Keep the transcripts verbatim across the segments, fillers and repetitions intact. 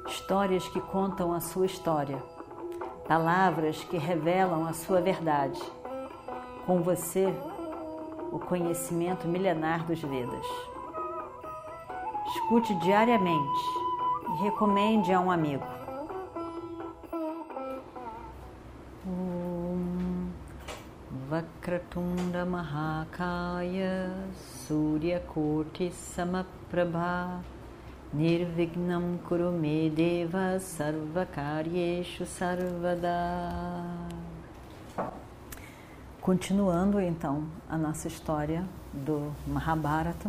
Histórias que contam a sua história, palavras que revelam a sua verdade. Com você, o conhecimento milenar dos Vedas. Escute diariamente e recomende a um amigo. Om Vakratunda Mahakaya Suryakoti Samaprabha Nirvignam Kurume Deva Sarvakaryeshu Sarvada. Continuando então a nossa história do Mahabharata.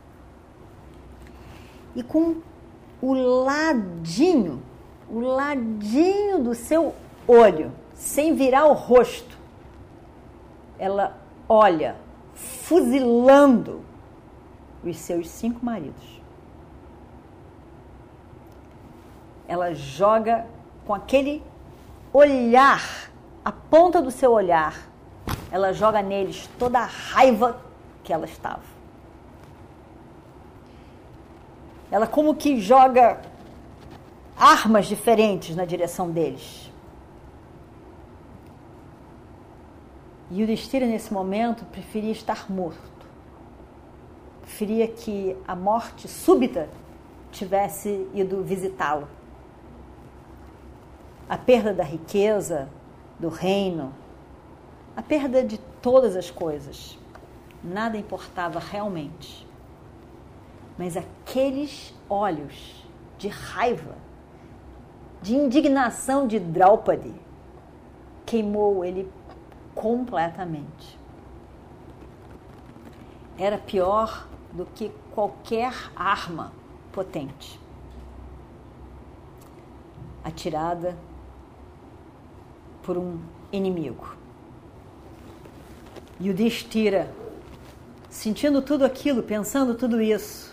E com o ladinho, o ladinho do seu olho, sem virar o rosto, ela olha, fuzilando os seus cinco maridos. Ela joga com aquele olhar, a ponta do seu olhar, ela joga neles toda a raiva que ela estava. Ela como que joga armas diferentes na direção deles. E Yudhishthira, nesse momento, preferia estar morto. Preferia que a morte súbita tivesse ido visitá-lo. A perda da riqueza, do reino, a perda de todas as coisas, nada importava realmente. Mas aqueles olhos de raiva, de indignação de Draupadi, queimou ele completamente. Era pior do que qualquer arma potente atirada por um inimigo. Yudhishthira, sentindo tudo aquilo, pensando tudo isso,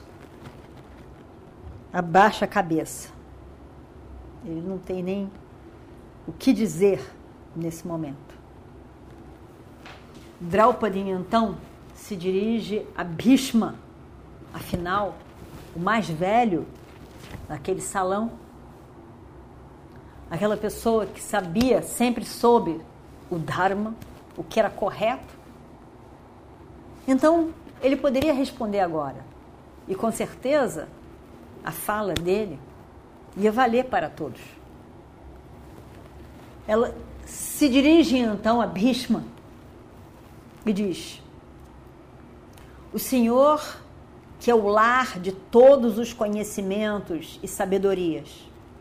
abaixa a cabeça. Ele não tem nem o que dizer nesse momento. Draupadi, então, se dirige a Bhishma, afinal, o mais velho naquele salão, aquela pessoa que sabia, sempre soube o Dharma, o que era correto. Então, ele poderia responder agora. E com certeza, a fala dele ia valer para todos. Ela se dirige então a Bhishma e diz: o Senhor, que é o lar de todos os conhecimentos e sabedorias,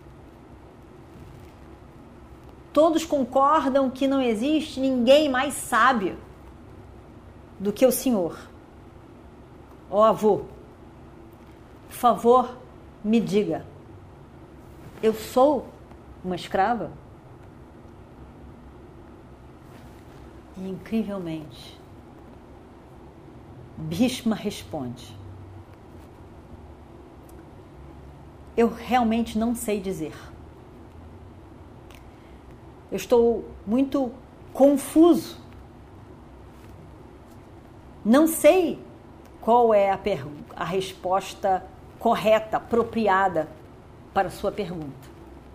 todos concordam que não existe ninguém mais sábio do que o Senhor. Ó avô, por favor, me diga, eu sou uma escrava? E, incrivelmente, Bhishma responde: eu realmente não sei dizer. Eu estou muito confuso. Não sei qual é a, per- a resposta correta, apropriada para a sua pergunta.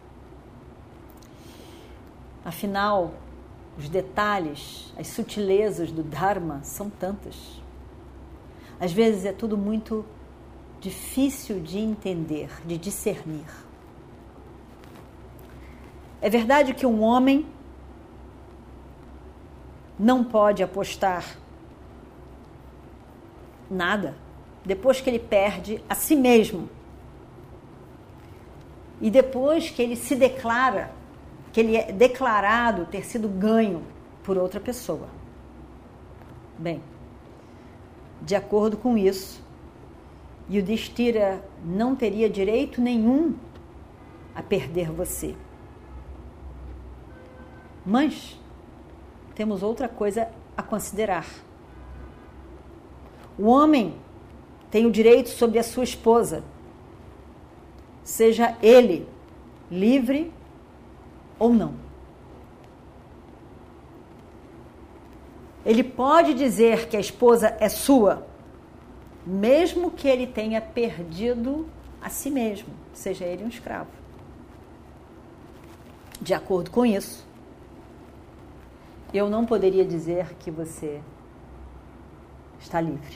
Afinal, os detalhes, as sutilezas do Dharma são tantas. Às vezes é tudo muito difícil de entender, de discernir. É verdade que um homem não pode apostar nada depois que ele perde a si mesmo e depois que ele se declara, que ele é declarado ter sido ganho por outra pessoa. Bem, de acordo com isso, Yudhishthira não teria direito nenhum a perder você. Mas temos outra coisa a considerar. O homem tem o direito sobre a sua esposa, seja ele livre ou não. Ele pode dizer que a esposa é sua, mesmo que ele tenha perdido a si mesmo, seja ele um escravo. De acordo com isso, eu não poderia dizer que você está livre.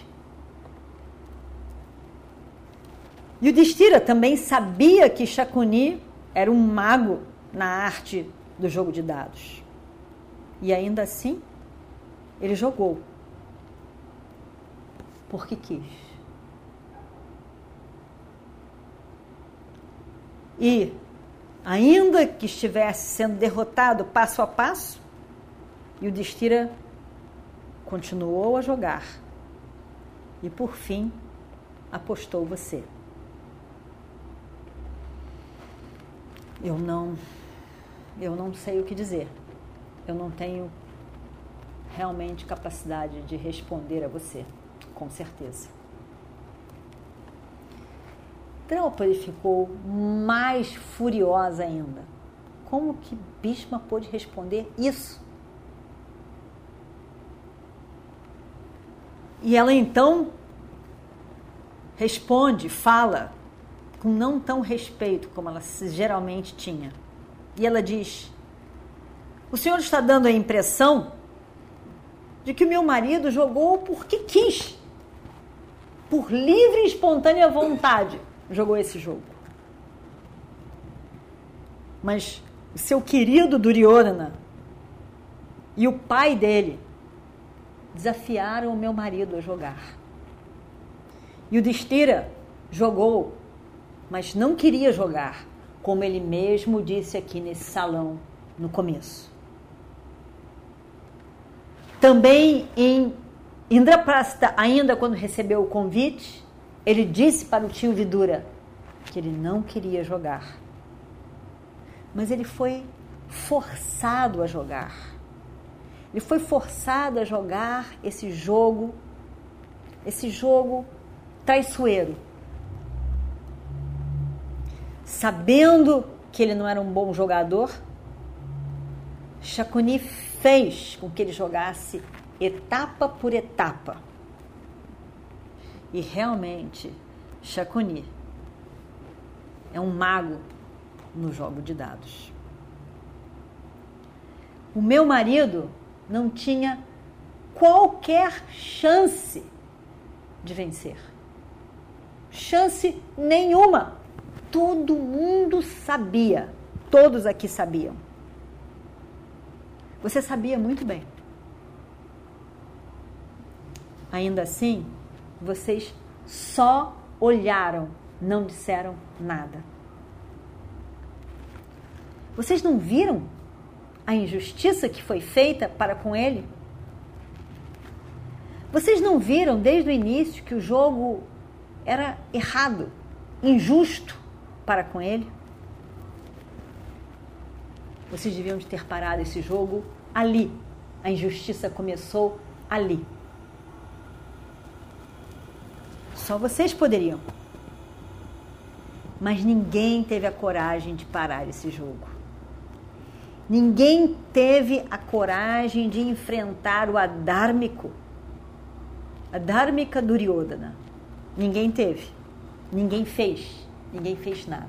Yudhishthira também sabia que Shakuni era um mago na arte do jogo de dados. E ainda assim, ele jogou. Porque quis. E, ainda que estivesse sendo derrotado passo a passo, Yudhishthira continuou a jogar. E, por fim, apostou você. Eu não, eu não sei o que dizer. Eu não tenho realmente capacidade de responder a você, com certeza. Draupadi ficou mais furiosa ainda. Como que Bhishma pôde responder isso? E ela então responde, fala, com não tão respeito como ela geralmente tinha. E ela diz: o senhor está dando a impressão de que o meu marido jogou porque quis, por livre e espontânea vontade, jogou esse jogo. Mas o seu querido Duryodhana e o pai dele desafiaram o meu marido a jogar. E o Yudhishthira jogou, mas não queria jogar, como ele mesmo disse aqui nesse salão no começo. Também em Indraprastha, ainda quando recebeu o convite, ele disse para o tio Vidura que ele não queria jogar. Mas ele foi forçado a jogar. Ele foi forçado a jogar esse jogo, esse jogo traiçoeiro. Sabendo que ele não era um bom jogador, Shakuni fez com que ele jogasse etapa por etapa. E realmente, Shakuni é um mago no jogo de dados. O meu marido não tinha qualquer chance de vencer. Chance nenhuma. Todo mundo sabia. Todos aqui sabiam. Você sabia muito bem. Ainda assim, vocês só olharam, não disseram nada. Vocês não viram a injustiça que foi feita para com ele? Vocês não viram desde o início que o jogo era errado, injusto para com ele? Vocês deviam de ter parado esse jogo ali. A injustiça começou ali. Só vocês poderiam. Mas ninguém teve a coragem de parar esse jogo. Ninguém teve a coragem de enfrentar o adármico, a dármica Duryodhana. Ninguém teve. Ninguém fez. Ninguém fez nada.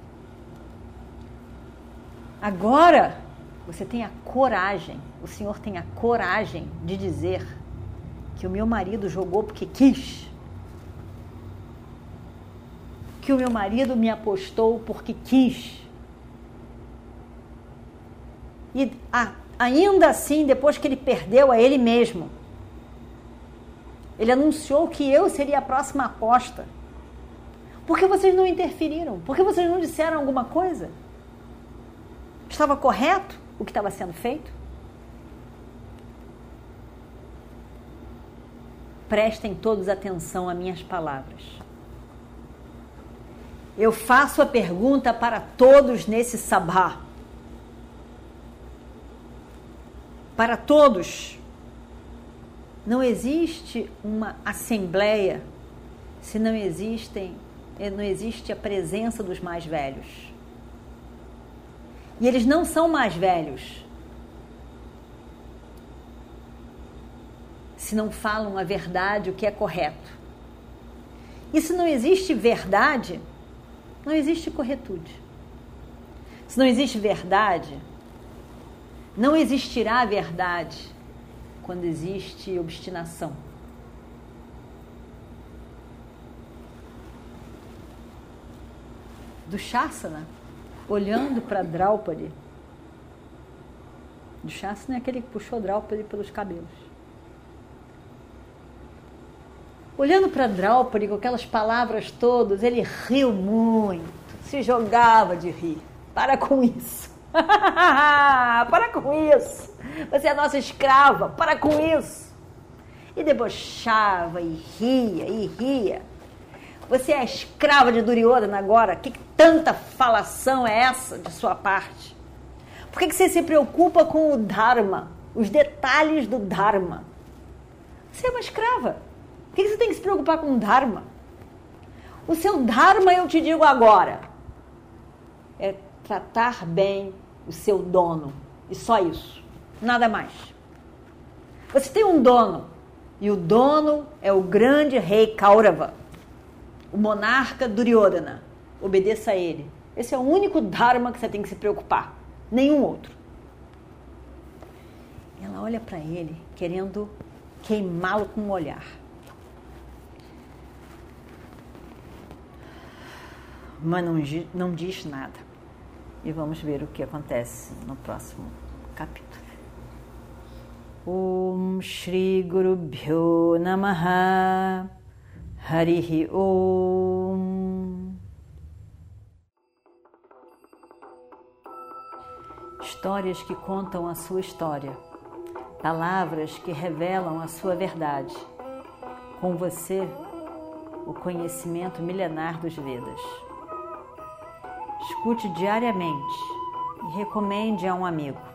Agora, você tem a coragem, o senhor tem a coragem de dizer que o meu marido jogou porque quis. Que o meu marido me apostou porque quis. E a, ainda assim, depois que ele perdeu a ele mesmo, ele anunciou que eu seria a próxima aposta. Por que vocês não interferiram? Por que vocês não disseram alguma coisa? Estava correto o que estava sendo feito? Prestem todos atenção a minhas palavras. Eu faço a pergunta para todos nesse sabá. Para todos. Não existe uma assembleia se não existem, não existe a presença dos mais velhos. E eles não são mais velhos se não falam a verdade, o que é correto. E se não existe verdade, não existe corretude. Se não existe verdade, não existirá verdade quando existe obstinação. Dushasana, olhando para Draupadi, Dushasana é aquele que puxou Draupadi pelos cabelos. Olhando para Draupadi com aquelas palavras todas, ele riu muito, se jogava de rir. Para com isso. Para com isso. Você é a nossa escrava. Para com isso. E debochava, e ria, e ria. Você é a escrava de Duryodhana agora? Que tanta falação é essa de sua parte? Por que que você se preocupa com o Dharma? Os detalhes do Dharma? Você é uma escrava. Por que que você tem que se preocupar com o Dharma? O seu Dharma, eu te digo agora, é tratar bem o seu dono. E só isso. Nada mais. Você tem um dono. E o dono é o grande rei Kaurava. O monarca Duryodhana. Obedeça a ele. Esse é o único Dharma que você tem que se preocupar. Nenhum outro. Ela olha para ele, querendo queimá-lo com um olhar. Mas não, não diz nada. E vamos ver o que acontece no próximo capítulo. Om Shri Guru Bhyo Namaha Harihi Om. Histórias que contam a sua história. Palavras que revelam a sua verdade. Com você, o conhecimento milenar dos Vedas. Escute diariamente e recomende a um amigo.